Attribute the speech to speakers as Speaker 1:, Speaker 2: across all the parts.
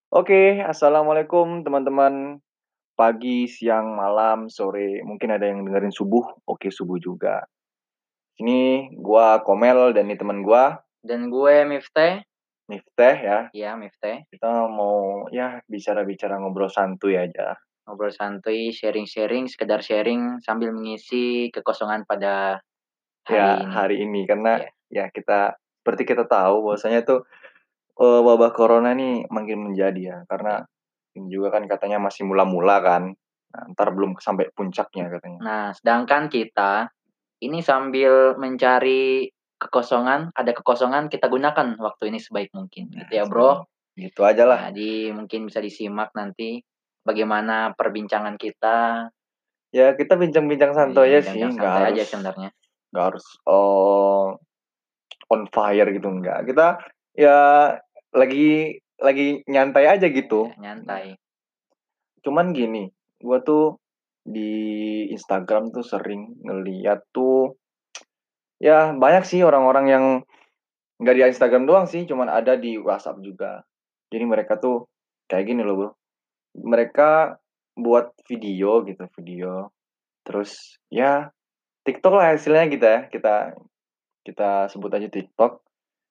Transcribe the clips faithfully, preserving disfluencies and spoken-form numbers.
Speaker 1: Oke, assalamualaikum teman-teman. Pagi, siang, malam, sore, mungkin ada yang dengerin subuh. Oke, subuh juga. Ini gua Komel dan ini teman gua,
Speaker 2: Dan gue Miftah,
Speaker 1: Miftah ya.
Speaker 2: iya Miftah,
Speaker 1: Kita mau ya bicara-bicara ngobrol santuy aja.
Speaker 2: ngobrol santuy, sharing-sharing, sekedar sharing sambil mengisi kekosongan pada hari
Speaker 1: Ya,
Speaker 2: ini.
Speaker 1: hari ini karena
Speaker 2: Iya,
Speaker 1: ya kita seperti kita tahu bahwasanya tuh eh, wabah corona ini makin menjadi ya
Speaker 2: iya.
Speaker 1: karena ini juga kan katanya masih mula-mula kan. Nah, ntar belum sampai puncaknya katanya.
Speaker 2: Nah, sedangkan kita ini sambil mencari kekosongan, ada kekosongan kita gunakan waktu ini sebaik mungkin, gitu
Speaker 1: Nah,
Speaker 2: ya,
Speaker 1: sebenarnya
Speaker 2: Bro.
Speaker 1: gitu aja lah.
Speaker 2: Nah, jadi mungkin bisa disimak nanti bagaimana perbincangan kita,
Speaker 1: Ya kita bincang-bincang
Speaker 2: ya
Speaker 1: santai aja sih,
Speaker 2: bincang-bincang
Speaker 1: nggak
Speaker 2: santai
Speaker 1: harus
Speaker 2: aja sebenarnya.
Speaker 1: nggak harus, eee, on fire gitu, enggak. Kita ya lagi lagi nyantai aja
Speaker 2: Ya,
Speaker 1: gitu.
Speaker 2: nyantai.
Speaker 1: Nah, cuman gini, gua tuh di Instagram tuh sering ngeliat tuh, ya banyak sih orang-orang yang nggak di Instagram doang sih, cuman ada di WhatsApp juga. Jadi mereka tuh kayak gini loh, Bro, mereka buat video gitu, video, terus ya TikTok lah hasilnya kita ya, kita kita sebut aja TikTok,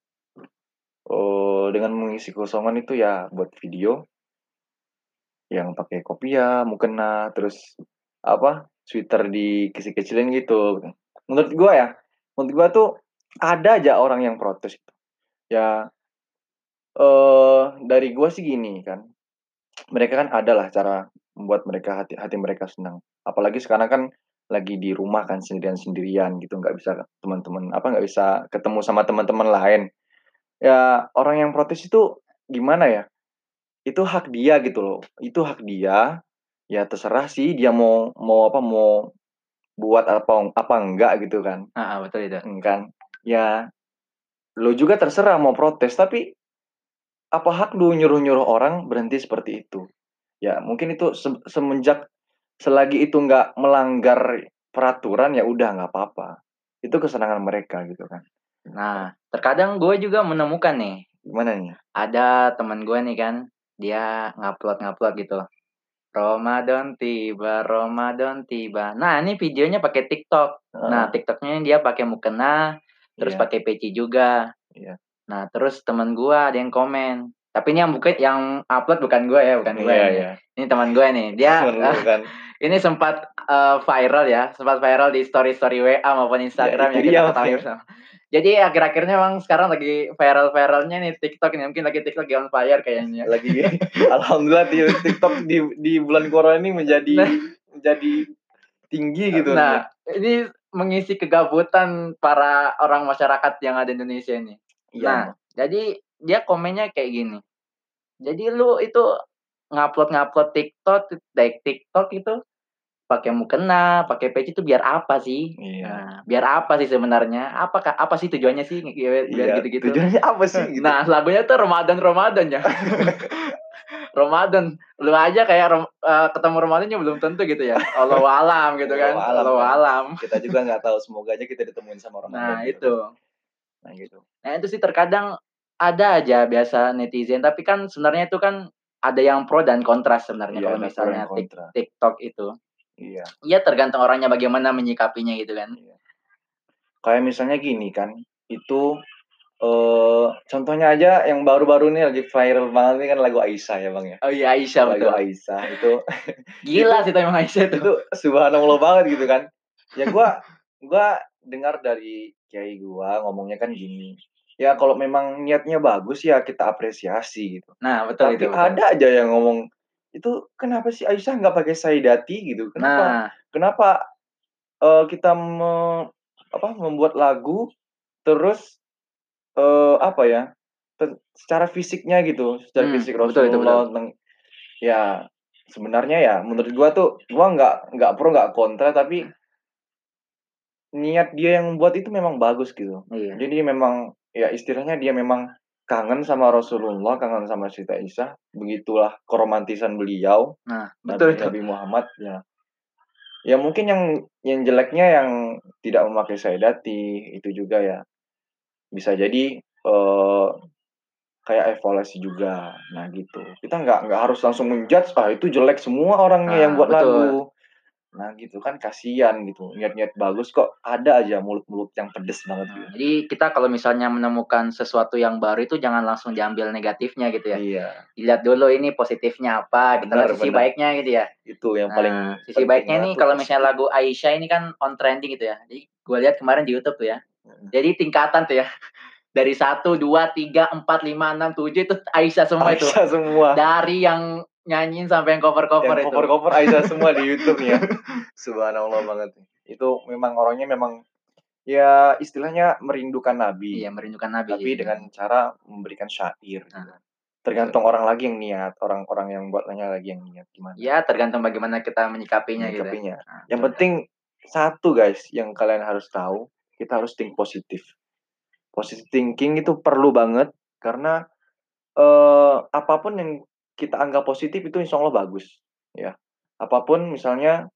Speaker 1: eee, dengan mengisi kosongan itu ya buat video yang pakai kopiah, mukena, terus apa, sweater dikecil-kecilin gitu. Menurut gua ya, menurut gua tuh ada aja orang yang protes gitu. Ya, eee, dari gua sih gini kan, mereka kan ada lah cara membuat mereka hati hati mereka senang. Apalagi sekarang kan lagi di rumah kan sendirian-sendirian gitu, nggak bisa teman-teman apa, nggak bisa ketemu sama teman-teman lain. Ya, orang yang protes itu gimana ya, itu hak dia gitu loh, itu hak dia, ya terserah sih dia mau mau apa, mau buat apa apa enggak gitu kan,
Speaker 2: Heeh, betul itu.
Speaker 1: mmm, kan. Ya, lu juga terserah mau protes, tapi apa hak lu nyuruh-nyuruh orang berhenti seperti itu? Ya mungkin itu se semenjak selagi itu nggak melanggar peraturan, ya udah nggak apa-apa. Itu kesenangan mereka gitu kan.
Speaker 2: Nah, terkadang gue juga menemukan nih,
Speaker 1: Gimana nih?
Speaker 2: ada teman gue nih kan, dia ngupload-ngupload gitu, "Ramadan tiba, Ramadan tiba." Nah, ini videonya pakai TikTok. Nah,
Speaker 1: Heeh,
Speaker 2: TikToknya dia pakai mukena, terus
Speaker 1: iya
Speaker 2: pakai peci juga.
Speaker 1: iya.
Speaker 2: Nah, terus teman gue ada yang komen, tapi ini yang bukan yang upload bukan gue ya, bukan gue
Speaker 1: Iya
Speaker 2: ini.
Speaker 1: iya.
Speaker 2: Ini teman gue nih, dia,
Speaker 1: Temen lu kan.
Speaker 2: ini sempat, eee, viral ya, sempat viral di story-story W A maupun
Speaker 1: Ya
Speaker 2: Instagram
Speaker 1: itu
Speaker 2: yang kita
Speaker 1: dia
Speaker 2: ketahui
Speaker 1: makanya.
Speaker 2: bersama. Jadi akhir-akhirnya memang sekarang lagi viral-viralnya nih TikTok ini, mungkin lagi TikTok lagi on fire kayaknya.
Speaker 1: Lagi alhamdulillah ti TikTok di di bulan corona ini menjadi
Speaker 2: Nah
Speaker 1: menjadi tinggi gitu
Speaker 2: nah,
Speaker 1: ininya.
Speaker 2: ini mengisi kegabutan para orang masyarakat yang ada di Indonesia ini.
Speaker 1: Iya
Speaker 2: Nah,
Speaker 1: emang.
Speaker 2: jadi dia komennya kayak gini, "Jadi lu itu ngupload-ngupload TikTok baik TikTok itu pakai mukena, pakai peci itu biar apa sih?
Speaker 1: Iya
Speaker 2: Nah, biar apa sih sebenarnya? Apakah apa sih tujuannya sih biar biar
Speaker 1: iya.
Speaker 2: gitu-gitu?"
Speaker 1: Tujuannya apa sih gitu?
Speaker 2: Nah, lagunya tuh Ramadan-Ramadan ya. Ramadan, lu aja kayak rom eee, ketemu Ramadannya belum tentu gitu ya. Allahu alam gitu
Speaker 1: Wallahu
Speaker 2: kan,
Speaker 1: alam
Speaker 2: Allahu
Speaker 1: kan.
Speaker 2: alam.
Speaker 1: Kita juga nggak tahu, semoga aja kita ditemuin sama Ramadan
Speaker 2: Nah
Speaker 1: gitu
Speaker 2: itu.
Speaker 1: kan. Nah gitu.
Speaker 2: Nah itu sih terkadang ada aja biasa netizen, tapi kan sebenarnya itu kan ada yang pro dan kontra sebenarnya
Speaker 1: Iya
Speaker 2: kalau
Speaker 1: ada pro dan
Speaker 2: misalnya Tik
Speaker 1: kontra.
Speaker 2: TikTok itu.
Speaker 1: Iya
Speaker 2: Ya tergantung orangnya bagaimana menyikapinya gitu kan.
Speaker 1: iya. Kayak misalnya gini kan, itu, eee, contohnya aja yang baru-baru ini lagi viral banget ini kan lagu Aisyah ya, Bang, ya.
Speaker 2: Oh iya Aisyah
Speaker 1: Lagu
Speaker 2: betul.
Speaker 1: Aisyah itu
Speaker 2: Gila
Speaker 1: itu
Speaker 2: sih itu emang Aisyah itu.
Speaker 1: itu subhanallah banget gitu kan. Ya gua gua dengar dari kiai gua ngomongnya kan gini, ya kalau memang niatnya bagus ya kita apresiasi gitu.
Speaker 2: Nah betul itu,
Speaker 1: Tapi
Speaker 2: betul.
Speaker 1: ada aja yang ngomong, "Itu kenapa sih Aisyah nggak pakai saidati?" Gitu. "Kenapa
Speaker 2: Nah,
Speaker 1: kenapa, eee, kita me apa, membuat lagu terus, eee, apa ya, ten secara fisiknya gitu, secara
Speaker 2: mmm,
Speaker 1: fisik
Speaker 2: betul itu, betul.
Speaker 1: Rasulullah teng." Ya, sebenarnya ya menurut gua tuh, gua nggak nggak pro nggak kontra, tapi niat dia yang membuat itu memang bagus gitu.
Speaker 2: Iya.
Speaker 1: Jadi memang ya istilahnya dia memang kangen sama Rasulullah, kangen sama Siti Aisyah, begitulah keromantisan beliau,
Speaker 2: Nah, betul
Speaker 1: Nabi
Speaker 2: itu.
Speaker 1: Nabi Muhammad, ya. Ya mungkin yang yang jeleknya yang tidak memakai saidati, itu juga ya bisa jadi, eee, kayak evaluasi juga. Nah gitu, kita nggak nggak harus langsung men-judge, "Ah itu jelek semua orangnya yang
Speaker 2: Nah,
Speaker 1: buat
Speaker 2: betul.
Speaker 1: lagu." Nah gitu kan kasihan gitu, niat-niat bagus kok ada aja mulut-mulut yang pedes banget
Speaker 2: Nah,
Speaker 1: gitu.
Speaker 2: jadi kita kalau misalnya menemukan sesuatu yang baru itu jangan langsung diambil negatifnya gitu ya.
Speaker 1: Iya,
Speaker 2: Dilihat dulu ini positifnya apa, kita
Speaker 1: bener
Speaker 2: lihat sisi
Speaker 1: bener.
Speaker 2: baiknya gitu ya.
Speaker 1: Itu yang
Speaker 2: Nah,
Speaker 1: paling
Speaker 2: sisi baiknya
Speaker 1: pentingnya
Speaker 2: nih
Speaker 1: tuh
Speaker 2: kalau misalnya
Speaker 1: positif.
Speaker 2: lagu Aisyah ini kan on trending gitu ya. Jadi gue lihat kemarin di YouTube tuh ya.
Speaker 1: Mhm.
Speaker 2: Jadi tingkatan tuh ya. Dari satu, dua, tiga, empat, lima, enam, tujuh itu Aisyah semua itu.
Speaker 1: Aisyah semua,
Speaker 2: Dari yang nyanyiin sampai yang cover-cover
Speaker 1: yang
Speaker 2: itu.
Speaker 1: cover-cover Aisyah semua di YouTube nih ya. Subhanallah banget. Itu memang orangnya memang ya istilahnya merindukan
Speaker 2: Iya,
Speaker 1: Nabi,
Speaker 2: merindukan Nabi sih
Speaker 1: tapi dengan
Speaker 2: sebenarnya.
Speaker 1: cara memberikan syair gitu.
Speaker 2: Nah, betul.
Speaker 1: Tergantung orang lagi yang niat, orang-orang yang buatnya lagi yang niat gimana
Speaker 2: Ya tergantung bagaimana kita menyikapinya gitu ya.
Speaker 1: menyikapinya.
Speaker 2: Nah,
Speaker 1: Yang
Speaker 2: betul.
Speaker 1: penting satu guys yang kalian harus tahu, kita harus think positif. Positive thinking itu perlu banget karena, eee, apa yang kita anggap positif itu insya Allah bagus, ya. Apapun misalnya,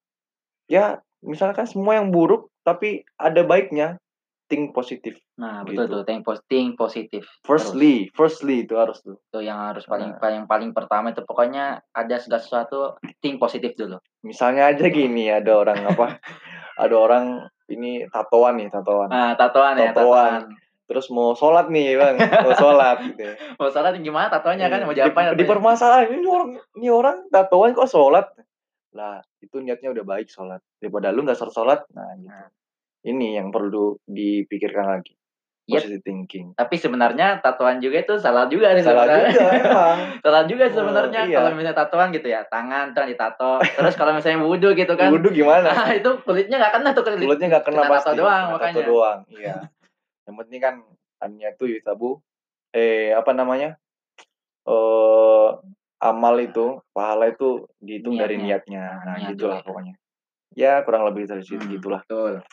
Speaker 1: ya misalkan semua yang buruk tapi ada baiknya, think positif,
Speaker 2: Nah, betul tuh
Speaker 1: gitu.
Speaker 2: think pos think positif terus.
Speaker 1: Firstly firstly itu harus tuh.
Speaker 2: Itu yang harus paling
Speaker 1: Heeh.
Speaker 2: paling paling pertama itu pokoknya ada segala sesuatu think positif dulu.
Speaker 1: Misalnya aja gini, ada orang apa, ada orang ini tatoan nih, tatoan
Speaker 2: Nah, tatoan ya,
Speaker 1: tatoan,
Speaker 2: tatoan.
Speaker 1: terus mau sholat nih Bang, mau sholat gitu ya.
Speaker 2: Masalah gimana tatonya kan
Speaker 1: Iya,
Speaker 2: mau
Speaker 1: dip
Speaker 2: diapain tatonya?
Speaker 1: dipermasalahin, "Ini orang ini orang tatoan kok sholat?" Lah, itu niatnya udah baik sholat, daripada lu nggak sholat-sholat, nah gitu.
Speaker 2: Nah,
Speaker 1: Ini yang perlu dipikirkan lagi,
Speaker 2: iya,
Speaker 1: positive thinking.
Speaker 2: tapi sebenarnya tatoan juga itu salah juga sih
Speaker 1: Salah
Speaker 2: sebenarnya.
Speaker 1: juga emang,
Speaker 2: Salah juga
Speaker 1: eee,
Speaker 2: sebenarnya
Speaker 1: iya,
Speaker 2: kalau misalnya tatoan gitu ya, tangan tuh ditato, terus kalau misalnya wudu gitu kan,
Speaker 1: wudu gimana?
Speaker 2: ah, itu kulitnya nggak kena tuh kulit
Speaker 1: Kulitnya nggak kena
Speaker 2: kena tato
Speaker 1: pasti,
Speaker 2: doang
Speaker 1: kena tato
Speaker 2: makanya.
Speaker 1: doang, iya. Yang penting kan an-niyatu yusabu eh, apa namanya, eee, amal itu, pahala itu dihitung dari
Speaker 2: Niatnya.
Speaker 1: niatnya.
Speaker 2: Nah,
Speaker 1: Nah,
Speaker 2: niat juga
Speaker 1: gitulah
Speaker 2: ya.
Speaker 1: pokoknya. Ya kurang lebih dari situ
Speaker 2: Hmm,
Speaker 1: gitulah.
Speaker 2: betul.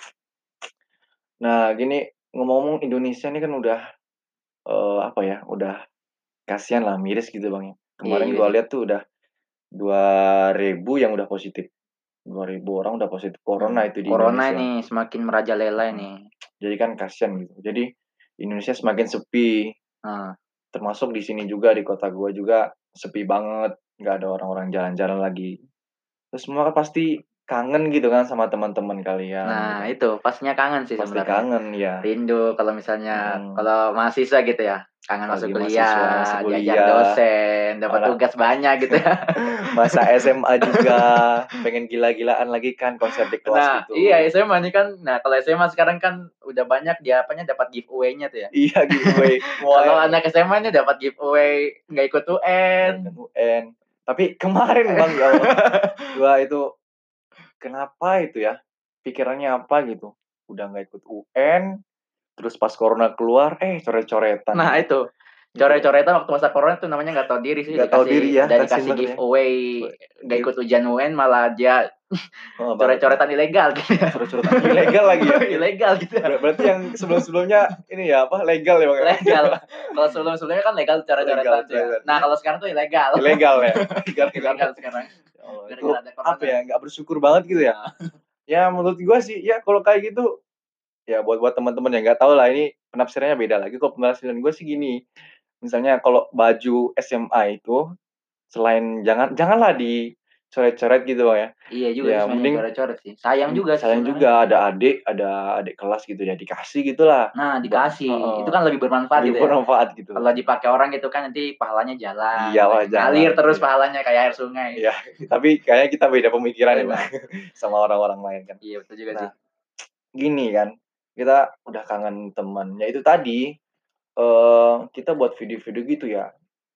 Speaker 1: Nah gini, ngomong-ngomong Indonesia ini kan udah, eee, apa ya, udah kasihan lah, miris gitu Bang ya.
Speaker 2: Iya
Speaker 1: Kemarin
Speaker 2: juga
Speaker 1: gua
Speaker 2: sih.
Speaker 1: lihat tuh udah dua ribu yang udah positif, dua ribu orang udah positif
Speaker 2: Nah,
Speaker 1: corona itu di
Speaker 2: corona
Speaker 1: Indonesia.
Speaker 2: nih semakin merajalela
Speaker 1: Mhm.
Speaker 2: nih.
Speaker 1: Jadi kan kasihan gitu. Jadi Indonesia semakin sepi,
Speaker 2: Nah,
Speaker 1: termasuk di sini juga, di kota gua juga sepi banget, nggak ada orang-orang jalan-jalan lagi. Terus semua kan pasti kangen gitu kan sama teman-teman kalian
Speaker 2: nah
Speaker 1: gitu.
Speaker 2: itu pastinya kangen sih
Speaker 1: Pasti
Speaker 2: sebenarnya.
Speaker 1: kangen ya,
Speaker 2: Rindu kalau misalnya
Speaker 1: mhm.
Speaker 2: kalau mahasiswa gitu ya, kangen masuk
Speaker 1: Apalagi mahasiswa masih
Speaker 2: kuliah, diajar
Speaker 1: kuliah,
Speaker 2: dosen, dapat
Speaker 1: anak
Speaker 2: tugas banyak gitu ya.
Speaker 1: masa S M A juga, pengen gila-gilaan lagi kan konser di kelas
Speaker 2: Nah, iya
Speaker 1: gitu.
Speaker 2: S M A nih kan, nah kalau S M A sekarang kan udah banyak dia apanya, dapat giveaway-nya tuh ya.
Speaker 1: Iya giveaway
Speaker 2: Kalau
Speaker 1: semuanya
Speaker 2: anak S M A nih dapat giveaway nggak ikut
Speaker 1: nggak
Speaker 2: U N.
Speaker 1: ikut U N. Tapi kemarin Bang, ya Allah, gua itu kenapa itu ya, pikirannya apa gitu, udah nggak ikut U N, terus pas corona keluar, eh coret-coretan
Speaker 2: Nah
Speaker 1: gitu,
Speaker 2: itu,
Speaker 1: gitu ya.
Speaker 2: coret-coretan waktu masa corona tuh namanya nggak tahu diri sih,
Speaker 1: Nggak tahu diri
Speaker 2: dikasih
Speaker 1: ya,
Speaker 2: udah
Speaker 1: kasihan
Speaker 2: dikasih
Speaker 1: banget ya.
Speaker 2: giveaway
Speaker 1: We
Speaker 2: nggak
Speaker 1: git
Speaker 2: ikut ujian U N malah dia
Speaker 1: heeh banget tuh.
Speaker 2: coret-coretan ilegal gitu ya.
Speaker 1: Coret-coretan ilegal lagi ya?
Speaker 2: Ilegal gitu ya,
Speaker 1: Ber berarti yang sebelum-sebelumnya ini ya, apa, legal ya, Bang, ya?
Speaker 2: legal. Kalau sebelum-sebelumnya kan legal
Speaker 1: Legal
Speaker 2: coret-coretan tuh ya.
Speaker 1: coretan,
Speaker 2: Nah
Speaker 1: ini
Speaker 2: kalau sekarang tuh ilegal.
Speaker 1: ilegal ya? Gara-gara
Speaker 2: Ilegal sekarang,
Speaker 1: ya Allah, itu
Speaker 2: gara-gara ada
Speaker 1: apa
Speaker 2: corona.
Speaker 1: ya, nggak bersyukur banget gitu ya.
Speaker 2: Nah,
Speaker 1: Ya menurut gua sih, ya kalau kayak gitu, ya buat buat teman-teman yang nggak tahu lah, ini penafsirannya beda lagi. Kalau penafsiran gua sih gini, misalnya kalau baju S M A itu, selain jangan janganlah dicoret-coret gitu, Bang, ya.
Speaker 2: iya juga
Speaker 1: Ya
Speaker 2: sih sebenarnya
Speaker 1: mending
Speaker 2: coret-coret sih. Sayang
Speaker 1: Mmm,
Speaker 2: juga sih
Speaker 1: sayang
Speaker 2: sebenarnya.
Speaker 1: juga ada adik ada adik kelas gitu ya, dikasih gitulah,
Speaker 2: Nah
Speaker 1: ba
Speaker 2: dikasih, itu
Speaker 1: heeh,
Speaker 2: kan lebih bermanfaat
Speaker 1: lebih
Speaker 2: gitu ya.
Speaker 1: bermanfaat gitu.
Speaker 2: Kalau dipakai orang gitu kan nanti pahalanya jalan
Speaker 1: Iya,
Speaker 2: gitu
Speaker 1: wah
Speaker 2: ya,
Speaker 1: jalan,
Speaker 2: ngalir terus
Speaker 1: iya
Speaker 2: pahalanya kayak air sungai.
Speaker 1: iya, tapi kayaknya kita beda pemikiran ya, Bang,
Speaker 2: Benar,
Speaker 1: sama orang-orang lain kan.
Speaker 2: iya betul juga sih.
Speaker 1: Nah, gini kan, kita udah kangen teman, ya itu tadi, eee, kita buat video-video gitu ya,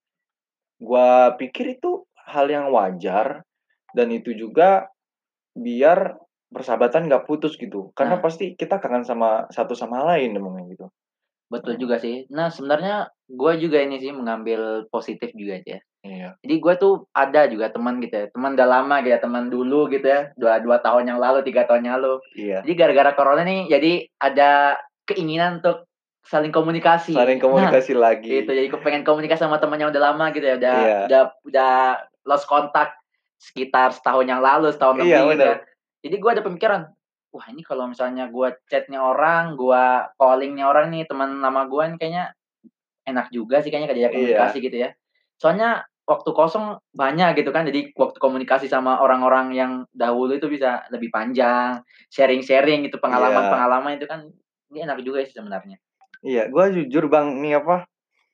Speaker 1: gua pikir itu hal yang wajar dan itu juga biar persahabatan nggak putus gitu, karena
Speaker 2: Nah,
Speaker 1: pasti kita kangen sama satu sama lain emangnya gitu.
Speaker 2: betul
Speaker 1: Mhm,
Speaker 2: juga sih. Nah, sebenarnya gue juga ini sih mengambil positif juga aja.
Speaker 1: iya
Speaker 2: Jadi gue tuh ada juga teman gitu ya, teman udah lama gitu ya, teman dulu gitu ya, dua dua tahun yang lalu, tiga tahun yang lalu.
Speaker 1: iya.
Speaker 2: Jadi gara-gara corona nih, jadi ada keinginan untuk saling
Speaker 1: Saling
Speaker 2: komunikasi. Nah,
Speaker 1: komunikasi lagi.
Speaker 2: itu jadi pengen komunikasi sama teman yang udah lama gitu ya, udah
Speaker 1: Iya
Speaker 2: udah udah lost contact sekitar setahun yang lalu, setahun
Speaker 1: iya
Speaker 2: lebih gitu
Speaker 1: bener,
Speaker 2: ya. Jadi gue ada pemikiran, wah ini kalau misalnya gue chat nih orang, gue calling nih orang nih, teman lama gue nih kayaknya enak juga sih kayaknya diajak
Speaker 1: Iya.
Speaker 2: komunikasi gitu ya. Soalnya waktu kosong banyak gitu kan, jadi waktu komunikasi sama orang-orang yang dahulu itu bisa lebih panjang, sharing-sharing gitu
Speaker 1: Iya.
Speaker 2: pengalaman-pengalaman itu kan, ini enak juga sih sebenarnya.
Speaker 1: Iya, gua jujur Bang, nih apa,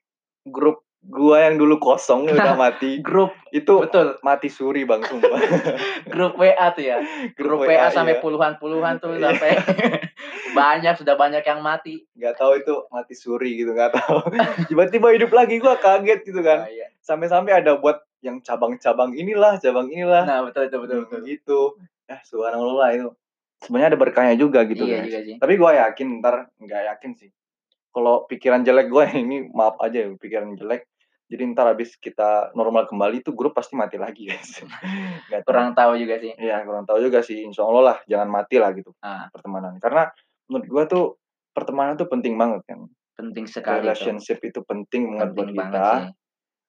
Speaker 1: grup gua yang dulu kosong udah mati,
Speaker 2: Grup,
Speaker 1: itu
Speaker 2: betul.
Speaker 1: mati suri Bang, sumpah.
Speaker 2: Grup W A tuh ya,
Speaker 1: Grup
Speaker 2: grup W A
Speaker 1: W A,
Speaker 2: sampai
Speaker 1: iya.
Speaker 2: puluhan-puluhan tuh
Speaker 1: Iya.
Speaker 2: sampai banyak, sudah banyak yang mati.
Speaker 1: Nggak tahu itu mati suri gitu, nggak tahu. Tiba-tiba hidup lagi, gua kaget gitu
Speaker 2: Oh,
Speaker 1: kan.
Speaker 2: iya.
Speaker 1: Sampai-sampai ada buat yang cabang-cabang inilah, cabang inilah,
Speaker 2: Nah, betul itu, betul
Speaker 1: mmm,
Speaker 2: betul.
Speaker 1: gitu. Eh, subhanallah itu. Sebenarnya ada berkahnya juga gitu,
Speaker 2: Iya
Speaker 1: guys.
Speaker 2: juga sih.
Speaker 1: Tapi gua yakin entar nggak yakin sih, kalau pikiran jelek gua ini maaf aja ya, pikiran jelek, jadi entar habis kita normal kembali tuh grup pasti mati lagi, guys. Nggak tahu.
Speaker 2: Kurang tahu juga sih.
Speaker 1: Iya, kurang tahu juga sih, insyaallah lah jangan mati lah gitu,
Speaker 2: Ah.
Speaker 1: pertemanan. Karena menurut gua tuh pertemanan tuh penting banget kan.
Speaker 2: Penting sekali tuh.
Speaker 1: Relationship itu penting banget buat
Speaker 2: Penting banget sih.
Speaker 1: kita.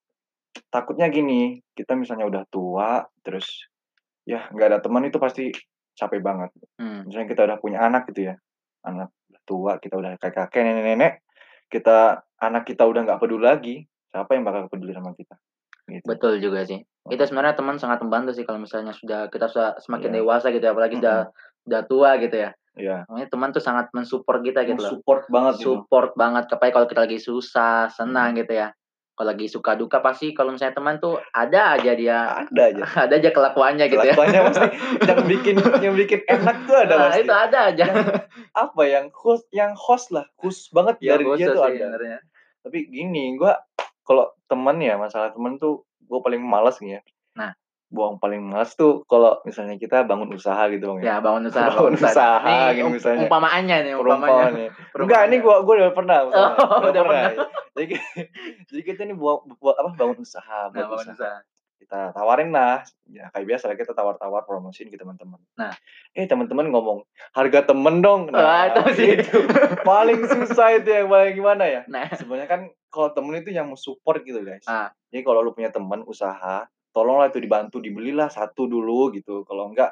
Speaker 1: Takutnya gini, kita misalnya udah tua, terus ya nggak ada teman itu pasti capek banget.
Speaker 2: Mmm.
Speaker 1: Misalnya kita udah punya anak gitu ya, anak udah tua, kita udah kakek-kakek, nenek-nenek, kita anak kita udah nggak peduli lagi, siapa yang bakal peduli sama kita? Gitu.
Speaker 2: Betul juga sih. Itu
Speaker 1: Heeh.
Speaker 2: sebenarnya teman sangat membantu sih kalau misalnya sudah kita sudah semakin
Speaker 1: Iya.
Speaker 2: dewasa gitu ya, apalagi
Speaker 1: Mhm.
Speaker 2: sudah sudah tua gitu ya.
Speaker 1: Iya.
Speaker 2: Makanya teman tuh sangat men-support kita gitu loh.
Speaker 1: Men-support banget itu.
Speaker 2: Support banget, apalagi kalau kita lagi susah, senang
Speaker 1: Mhm.
Speaker 2: gitu ya. Kalau lagi suka duka pasti kalau misalnya teman tuh ada aja dia,
Speaker 1: Ada aja.
Speaker 2: ada aja kelakuannya gitu ya.
Speaker 1: Kelakuannya pasti yang bikin yang bikin enak tuh ada
Speaker 2: Nah, itu
Speaker 1: pasti.
Speaker 2: ada aja.
Speaker 1: Yang apa, yang khus yang khos lah, khusus banget
Speaker 2: Yang
Speaker 1: dari dia
Speaker 2: khusus
Speaker 1: tuh
Speaker 2: sih
Speaker 1: ada.
Speaker 2: sebenarnya.
Speaker 1: Tapi gini, gua kalau temen ya, masalah temen tuh gua paling males nih ya,
Speaker 2: Nah.
Speaker 1: buang paling males tuh kalau misalnya kita bangun usaha gitu Bang ya.
Speaker 2: Ya, bangun usaha bangun
Speaker 1: Bangun
Speaker 2: usaha.
Speaker 1: usaha
Speaker 2: Nih
Speaker 1: gitu
Speaker 2: um
Speaker 1: misalnya,
Speaker 2: umpamaannya nih, umpamanya.
Speaker 1: perumpamannya. Enggak, ini
Speaker 2: Perumpamannya.
Speaker 1: gua gua udah pernah misalnya,
Speaker 2: Oh,
Speaker 1: udah
Speaker 2: udah
Speaker 1: pernah.
Speaker 2: pernah.
Speaker 1: Jadi jadi kita nih buat buat apa, bangun usaha
Speaker 2: Nah,
Speaker 1: buat
Speaker 2: bangun
Speaker 1: usaha.
Speaker 2: usaha.
Speaker 1: Kita tawarin lah, ya kayak biasa lah kita tawar-tawar promosiin ke teman-teman.
Speaker 2: Nah.
Speaker 1: Eh, teman-teman ngomong, "Harga temen dong."
Speaker 2: Wah,
Speaker 1: Nah,
Speaker 2: tahu sih.
Speaker 1: itu paling susah itu yang paling gimana ya,
Speaker 2: Nah.
Speaker 1: sebenarnya kan kalau temen itu yang men-support gitu, guys.
Speaker 2: Ah.
Speaker 1: Jadi kalau lu punya teman usaha, tolonglah itu dibantu dibelilah satu dulu gitu, kalau enggak,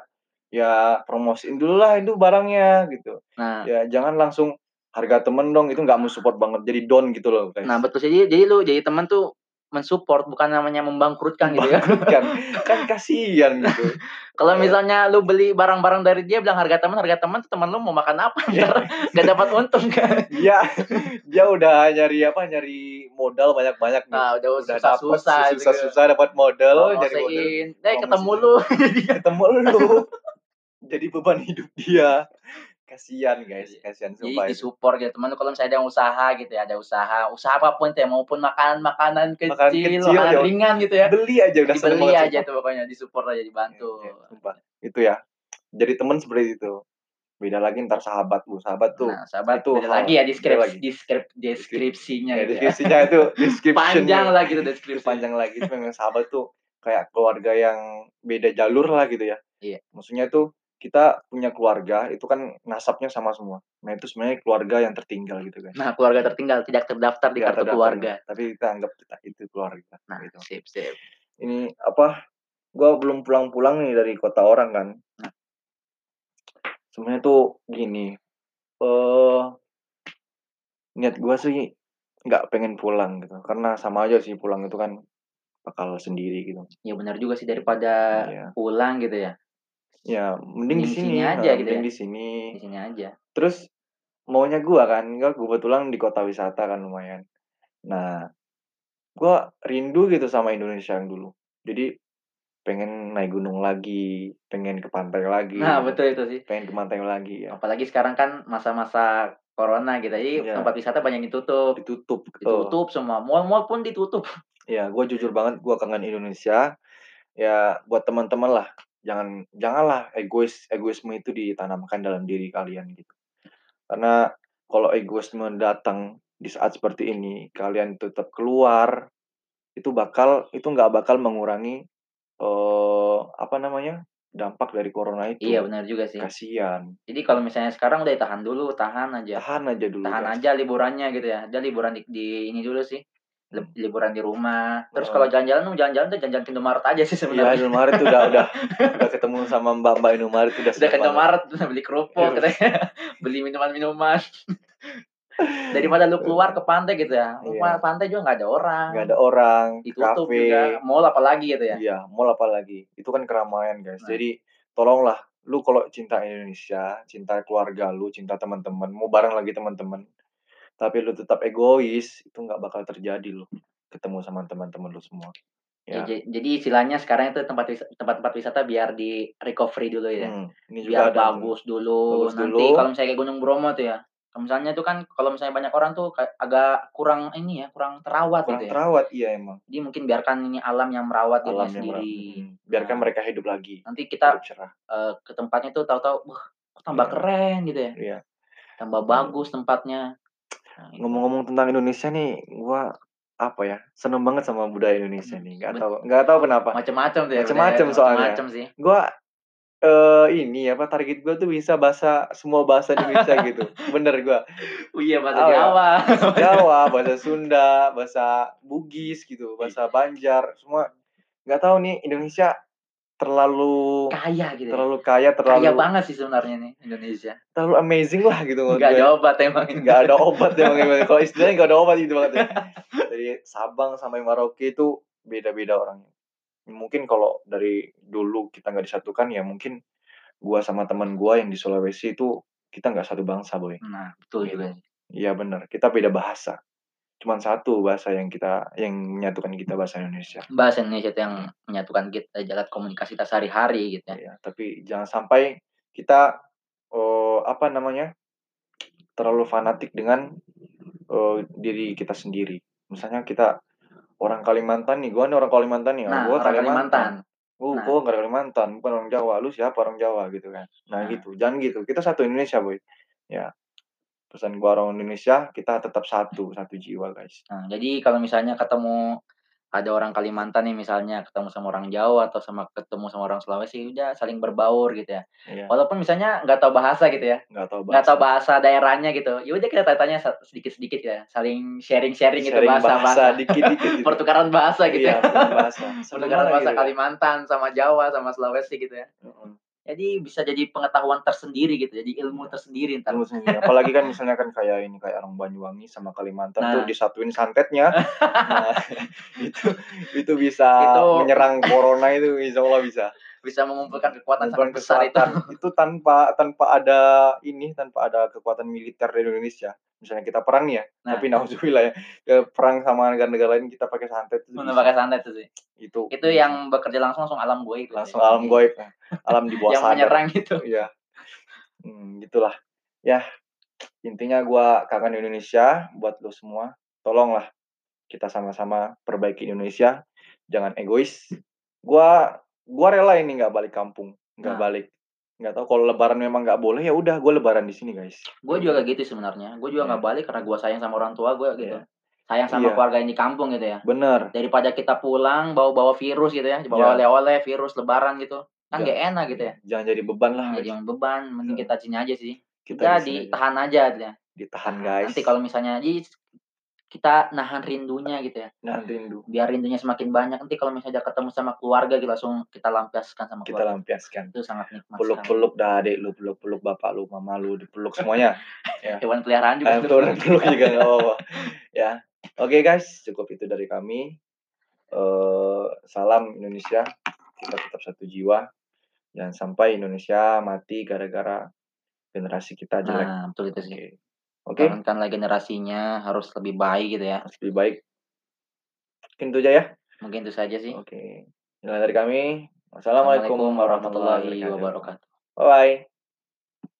Speaker 1: ya promosiin dululah itu barangnya gitu.
Speaker 2: Nah.
Speaker 1: Ya jangan langsung, "Harga temen dong." Itu nggak men-support banget, jadi down gitu loh,
Speaker 2: Nah,
Speaker 1: guys.
Speaker 2: betul sih. Jadi jadi lu jadi teman tuh men-support bukan namanya membangkrutkan gitu ya.
Speaker 1: Membangkrutkan, kan kasihan gitu.
Speaker 2: Kalau
Speaker 1: Eee
Speaker 2: misalnya lu beli barang-barang dari dia bilang harga temen harga temen, temen lu mau makan apa
Speaker 1: Iya.
Speaker 2: entar, nggak dapat untung kan.
Speaker 1: Dia dia udah nyari apa, nyari modal banyak-banyak nih,
Speaker 2: Ah, udah
Speaker 1: udah dapet
Speaker 2: susah-susah itu kan.
Speaker 1: sesusah-susah dapat modal, nyari modal,
Speaker 2: Promosiin, "Eh, ketemu
Speaker 1: promosiin,
Speaker 2: lu." Jadinya.
Speaker 1: ketemu lu, jadi beban hidup dia. Kasihan guys,
Speaker 2: Iya.
Speaker 1: kasihan
Speaker 2: Jadi
Speaker 1: sumpah itu.
Speaker 2: di-support gitu, temen lu kalau misalnya ada yang usaha gitu ya, ada usaha, usaha apa pun itu ya, maupun makanan-makanan
Speaker 1: Makanan
Speaker 2: kecil,
Speaker 1: kecil,
Speaker 2: makanan
Speaker 1: ya
Speaker 2: ringan gitu ya,
Speaker 1: beli aja udah seneng
Speaker 2: dibeli
Speaker 1: banget
Speaker 2: aja
Speaker 1: sumpah.
Speaker 2: tuh pokoknya, di-support aja,
Speaker 1: Iya iya,
Speaker 2: dibantu.
Speaker 1: sumpah. Itu ya, jadi temen seperti itu. Beda lagi entar sahabat, uh, sahabat tuh
Speaker 2: Nah, sahabat
Speaker 1: itu
Speaker 2: beda lagi
Speaker 1: hal
Speaker 2: ya
Speaker 1: beda
Speaker 2: deskrip
Speaker 1: lagi.
Speaker 2: deskrip
Speaker 1: Deskrip
Speaker 2: deskripsinya
Speaker 1: ya
Speaker 2: gitu ya.
Speaker 1: deskripsinya itu
Speaker 2: Panjang
Speaker 1: description-nya,
Speaker 2: lah gitu
Speaker 1: itu
Speaker 2: deskripsinya.
Speaker 1: panjang lagi. Itu memang sahabat tuh kayak keluarga yang beda jalur lah gitu ya.
Speaker 2: Iya.
Speaker 1: Maksudnya tuh kita punya keluarga, itu kan nasabnya sama semua. Nah, itu sebenarnya keluarga yang tertinggal gitu, guys.
Speaker 2: Nah, keluarga tertinggal tidak terdaftar di
Speaker 1: Nggak
Speaker 2: kartu
Speaker 1: terdaftar ya,
Speaker 2: keluarga.
Speaker 1: tapi kita anggap kita itu keluarga,
Speaker 2: Nah,
Speaker 1: gitu.
Speaker 2: sip sip.
Speaker 1: Ini apa, gua belum pulang-pulang nih dari kota orang kan.
Speaker 2: Nah.
Speaker 1: Sebenarnya tuh gini, eee niat gua sih nggak pengen pulang gitu, karena sama aja sih pulang itu kan bakal sendiri gitu.
Speaker 2: Ya benar juga sih daripada
Speaker 1: Iya.
Speaker 2: pulang gitu ya.
Speaker 1: Ya, mending di
Speaker 2: Mending di sini
Speaker 1: sini,
Speaker 2: aja
Speaker 1: heeh,
Speaker 2: gitu
Speaker 1: mending
Speaker 2: ya.
Speaker 1: di sini.
Speaker 2: Di sini aja.
Speaker 1: Terus maunya gua kan, gua kebetulan di kota wisata kan lumayan. Nah, gua rindu gitu sama Indonesia yang dulu. Jadi pengen naik gunung lagi, pengen ke pantai
Speaker 2: Nah,
Speaker 1: lagi gitu,
Speaker 2: betul itu sih.
Speaker 1: pengen ke pantai lagi ya.
Speaker 2: Apalagi sekarang kan masa-masa corona gitu, jadi
Speaker 1: Iya.
Speaker 2: tempat wisata banyak ditutup.
Speaker 1: Ditutup, betul.
Speaker 2: Ditutup semua, mall-mall pun ditutup.
Speaker 1: Iya, gua jujur banget gua kangen Indonesia. Ya buat teman-teman lah, jangan janganlah egois egoisme itu ditanamkan dalam diri kalian gitu. Karena kalau egoisme datang di saat seperti ini, kalian tetap keluar, itu bakal itu nggak bakal mengurangi, eee, apa namanya, dampak dari corona
Speaker 2: Iya,
Speaker 1: itu.
Speaker 2: benar juga sih.
Speaker 1: Kasihan.
Speaker 2: Jadi kalau misalnya sekarang udah tahan dulu, tahan aja.
Speaker 1: Tahan aja dulu,
Speaker 2: Tahan
Speaker 1: guys.
Speaker 2: aja liburannya gitu ya, udah liburan di di ini dulu sih, lib
Speaker 1: Mmm.
Speaker 2: liburan di rumah. Terus kalau
Speaker 1: Heeh.
Speaker 2: jalan-jalan mau jalan-jalan tuh jalan-jalan ke Indomaret aja sih
Speaker 1: Iya,
Speaker 2: sebenarnya.
Speaker 1: Indomaret tuh udah udah udah ketemu sama mbak-mbak Indomaret udah
Speaker 2: Udah
Speaker 1: seneng
Speaker 2: ke
Speaker 1: banget.
Speaker 2: Indomaret, beli
Speaker 1: Iya
Speaker 2: kerupuk
Speaker 1: beli
Speaker 2: katanya, beli minuman-minuman. Daripada lu keluar ke pantai gitu ya,
Speaker 1: Iya.
Speaker 2: pantai juga nggak ada orang,
Speaker 1: Nggak ada orang, ke
Speaker 2: ditutup juga,
Speaker 1: kafe.
Speaker 2: mall apalagi gitu ya.
Speaker 1: Iya, mall apalagi, itu kan keramaian, guys.
Speaker 2: Nah.
Speaker 1: Jadi tolonglah lu kalau cinta Indonesia, cinta keluarga lu, cinta teman-teman, mau bareng lagi teman-teman, tapi lu tetap egois, itu nggak bakal terjadi loh, ketemu sama teman-teman lu semua,
Speaker 2: Ya
Speaker 1: ya.
Speaker 2: ja jadi istilahnya sekarang itu tempat wisa tempat-tempat wisata biar di-recovery dulu ya,
Speaker 1: Mmm, ini juga
Speaker 2: biar
Speaker 1: ada tuh,
Speaker 2: bagus dulu,
Speaker 1: bagus
Speaker 2: nanti
Speaker 1: dulu.
Speaker 2: kalau misalnya kayak Gunung Bromo tuh ya, kalau misalnya itu kan kalau misalnya banyak orang tuh kayak agak kurang ini ya, kurang terawat
Speaker 1: Kurang
Speaker 2: gitu ya.
Speaker 1: terawat, iya emang.
Speaker 2: Jadi mungkin biarkan ini alam yang merawat dirinya
Speaker 1: Alam yang mera
Speaker 2: sendiri.
Speaker 1: mhm, biarkan
Speaker 2: Nah,
Speaker 1: mereka hidup lagi,
Speaker 2: nanti
Speaker 1: hidup
Speaker 2: kita,
Speaker 1: cerah.
Speaker 2: eee, ke tempatnya tuh tahu-tahu, wah kok tambah
Speaker 1: Iya,
Speaker 2: keren gitu ya,
Speaker 1: iya.
Speaker 2: tambah bagus
Speaker 1: Aduh.
Speaker 2: tempatnya. Nah itu.
Speaker 1: Ngomong-ngomong tentang Indonesia nih, gua, apa ya, seneng banget sama budaya Indonesia
Speaker 2: Mhm,
Speaker 1: nih, nggak
Speaker 2: bet
Speaker 1: tahu nggak tahu kenapa.
Speaker 2: macem-macem tuh ya budaya
Speaker 1: Macem-macem
Speaker 2: tuh,
Speaker 1: soalnya.
Speaker 2: macem-macem sih.
Speaker 1: Gua, eee, ini apa, target gua tuh bisa bahasa semua bahasa Indonesia gitu, bener gua.
Speaker 2: Oh iya bahasa
Speaker 1: Apa ya,
Speaker 2: Jawa.
Speaker 1: bahasa Jawa, bahasa Sunda, bahasa Bugis gitu,
Speaker 2: Ih.
Speaker 1: bahasa Banjar, semua. Nggak tahu nih Indonesia terlalu
Speaker 2: Kaya gitu ya,
Speaker 1: terlalu kaya,
Speaker 2: kaya
Speaker 1: terlalu
Speaker 2: banget sih sebenarnya nih Indonesia.
Speaker 1: terlalu amazing lah gitu menurut
Speaker 2: Nggak
Speaker 1: gue.
Speaker 2: ada obat emang
Speaker 1: Nggak ada
Speaker 2: Indonesia.
Speaker 1: obat emang emang, kalau istilahnya nggak ada obat gitu banget ya. Dari Sabang sampai Merauke itu beda-beda orangnya. Mungkin kalau dari dulu kita nggak disatukan, ya mungkin gua sama teman gua yang di Sulawesi itu, kita nggak satu bangsa, Boy,
Speaker 2: Nah, betul juga
Speaker 1: gitu.
Speaker 2: sih.
Speaker 1: Iya bener, kita beda bahasa. Cuman satu bahasa yang kita yang menyatukan kita, bahasa Indonesia.
Speaker 2: Bahasa Indonesia itu yang
Speaker 1: Iya.
Speaker 2: menyatukan kita, jalan komunikasi kita sehari-hari gitu ya.
Speaker 1: Iya, tapi jangan sampai kita, eee, apa namanya, terlalu fanatik dengan, eee, diri kita sendiri. Misalnya kita orang Kalimantan nih, gua nih orang Kalimantan nih, oh
Speaker 2: Nah,
Speaker 1: gua
Speaker 2: orang Kalimantan.
Speaker 1: Kalimantan. "Oh,
Speaker 2: Nah.
Speaker 1: gua nggak Kalimantan, bukan orang Jawa, lu siapa orang Jawa?" Gitu kan. Nah
Speaker 2: Nah.
Speaker 1: gitu, jangan gitu, kita satu Indonesia, Boy. Ya, pesan gua orang Indonesia, kita tetap satu, satu jiwa, guys.
Speaker 2: Nah, jadi kalau misalnya ketemu ada orang Kalimantan nih misalnya, ketemu sama orang Jawa atau sama ketemu sama orang Sulawesi, udah saling berbaur gitu ya.
Speaker 1: Iya.
Speaker 2: Walaupun misalnya nggak tahu bahasa gitu ya,
Speaker 1: Nggak tahu
Speaker 2: nggak tahu
Speaker 1: bahasa.
Speaker 2: bahasa daerahnya gitu, ya udah kita tanya-tanya sa sedikit-sedikit ya, saling sharing-sharing gitu
Speaker 1: Sharing bahasa
Speaker 2: bahasa-bahasa,
Speaker 1: dikit-dikit gitu.
Speaker 2: pertukaran bahasa gitu ya.
Speaker 1: Iya, pertukaran bahasa, seneng
Speaker 2: Pertukaran
Speaker 1: banget
Speaker 2: bahasa
Speaker 1: gitu kan.
Speaker 2: Kalimantan sama Jawa sama Sulawesi gitu ya.
Speaker 1: Mhm.
Speaker 2: Jadi bisa jadi pengetahuan tersendiri gitu, jadi ilmu
Speaker 1: Iya,
Speaker 2: tersendiri entar.
Speaker 1: ilmu sendiri. Apalagi kan misalnya kan kayak ini, kayak orang Banyuwangi sama Kalimantan tuh
Speaker 2: Nah.
Speaker 1: disatuin santetnya. Nah, itu itu bisa
Speaker 2: Itu
Speaker 1: menyerang corona itu, insyaallah bisa.
Speaker 2: bisa mengumpulkan kekuatan sangat
Speaker 1: Ngumpulin
Speaker 2: besar itu.
Speaker 1: kekuatan, itu tanpa tanpa ada ini, tanpa ada kekuatan militer di Indonesia. Misalnya kita perang nih ya,
Speaker 2: Nah.
Speaker 1: tapi naudzubillah ya, eee, perang sama negara-negara lain kita pakai santet itu
Speaker 2: Bener pakai
Speaker 1: bisa.
Speaker 2: santet itu sih.
Speaker 1: Itu
Speaker 2: Itu
Speaker 1: bisa.
Speaker 2: yang bekerja langsung langsung alam gaib itu ya,
Speaker 1: Langsung alam
Speaker 2: jadi
Speaker 1: gaib ya, alam di bawah
Speaker 2: yang
Speaker 1: sadar.
Speaker 2: menyerang gitu.
Speaker 1: Iya. Mmm, gitulah. Yah, intinya gua kangen Indonesia buat lu semua, tolonglah kita sama-sama perbaiki Indonesia, jangan egois. Gua gua rela ini nggak balik kampung, nggak
Speaker 2: Nah.
Speaker 1: balik. Nggak tahu kalau lebaran memang nggak boleh, ya udah gua lebaran di sini, guys.
Speaker 2: Gue
Speaker 1: Ya
Speaker 2: juga
Speaker 1: udah.
Speaker 2: kayak gitu sebenarnya, gue juga
Speaker 1: Iya.
Speaker 2: nggak balik karena gue sayang sama orang tua gue gitu,
Speaker 1: Iya.
Speaker 2: sayang sama
Speaker 1: Iya.
Speaker 2: keluarga yang di kampung gitu ya.
Speaker 1: Bener.
Speaker 2: Daripada kita pulang bawa-bawa virus gitu ya, bawa
Speaker 1: Iya.
Speaker 2: oleh-oleh, virus lebaran gitu, kan
Speaker 1: Ja
Speaker 2: nggak enak gitu
Speaker 1: iya,
Speaker 2: ya.
Speaker 1: jangan jadi beban lah,
Speaker 2: Mmm,
Speaker 1: guys.
Speaker 2: jadi beban, mending
Speaker 1: Heeh.
Speaker 2: kita di sini aja sih.
Speaker 1: Kita di
Speaker 2: Udah
Speaker 1: sini aja.
Speaker 2: ditahan aja gitu ya,
Speaker 1: Ditahan,
Speaker 2: tahan. Nanti
Speaker 1: guys.
Speaker 2: kalau misalnya jis kita nahan rindunya gitu ya,
Speaker 1: Nahan rindu.
Speaker 2: biar rindunya semakin banyak, nanti kalau misalnya udah ketemu sama keluarga gitu langsung kita lampiaskan sama
Speaker 1: Kita
Speaker 2: keluarga.
Speaker 1: lampiaskan.
Speaker 2: Itu sangat nikmat sekali.
Speaker 1: Peluk-peluk dah adik lu, peluk-peluk bapak lu, mama lu, dipeluk semuanya, ya.
Speaker 2: Hewan peliharaan juga
Speaker 1: Ayam peluk peluk juga nggak apa-apa, ya. Oke, guys, cukup itu dari kami. Eee, salam Indonesia, kita tetap satu jiwa, jangan sampai Indonesia mati gara-gara generasi kita jelek.
Speaker 2: Nah, betul itu sih.
Speaker 1: Oke. Oke?
Speaker 2: Turunkanlah generasinya harus lebih baik gitu ya.
Speaker 1: Harus lebih baik. Mungkin itu aja ya.
Speaker 2: Mungkin itu saja sih.
Speaker 1: Oke. Sekian dari kami. Wassalamualaikum
Speaker 2: Assalamualaikum
Speaker 1: warahmatullahi
Speaker 2: warahmatullahi
Speaker 1: wabarakatuh.
Speaker 2: wabarakatuh.
Speaker 1: Bye-bye.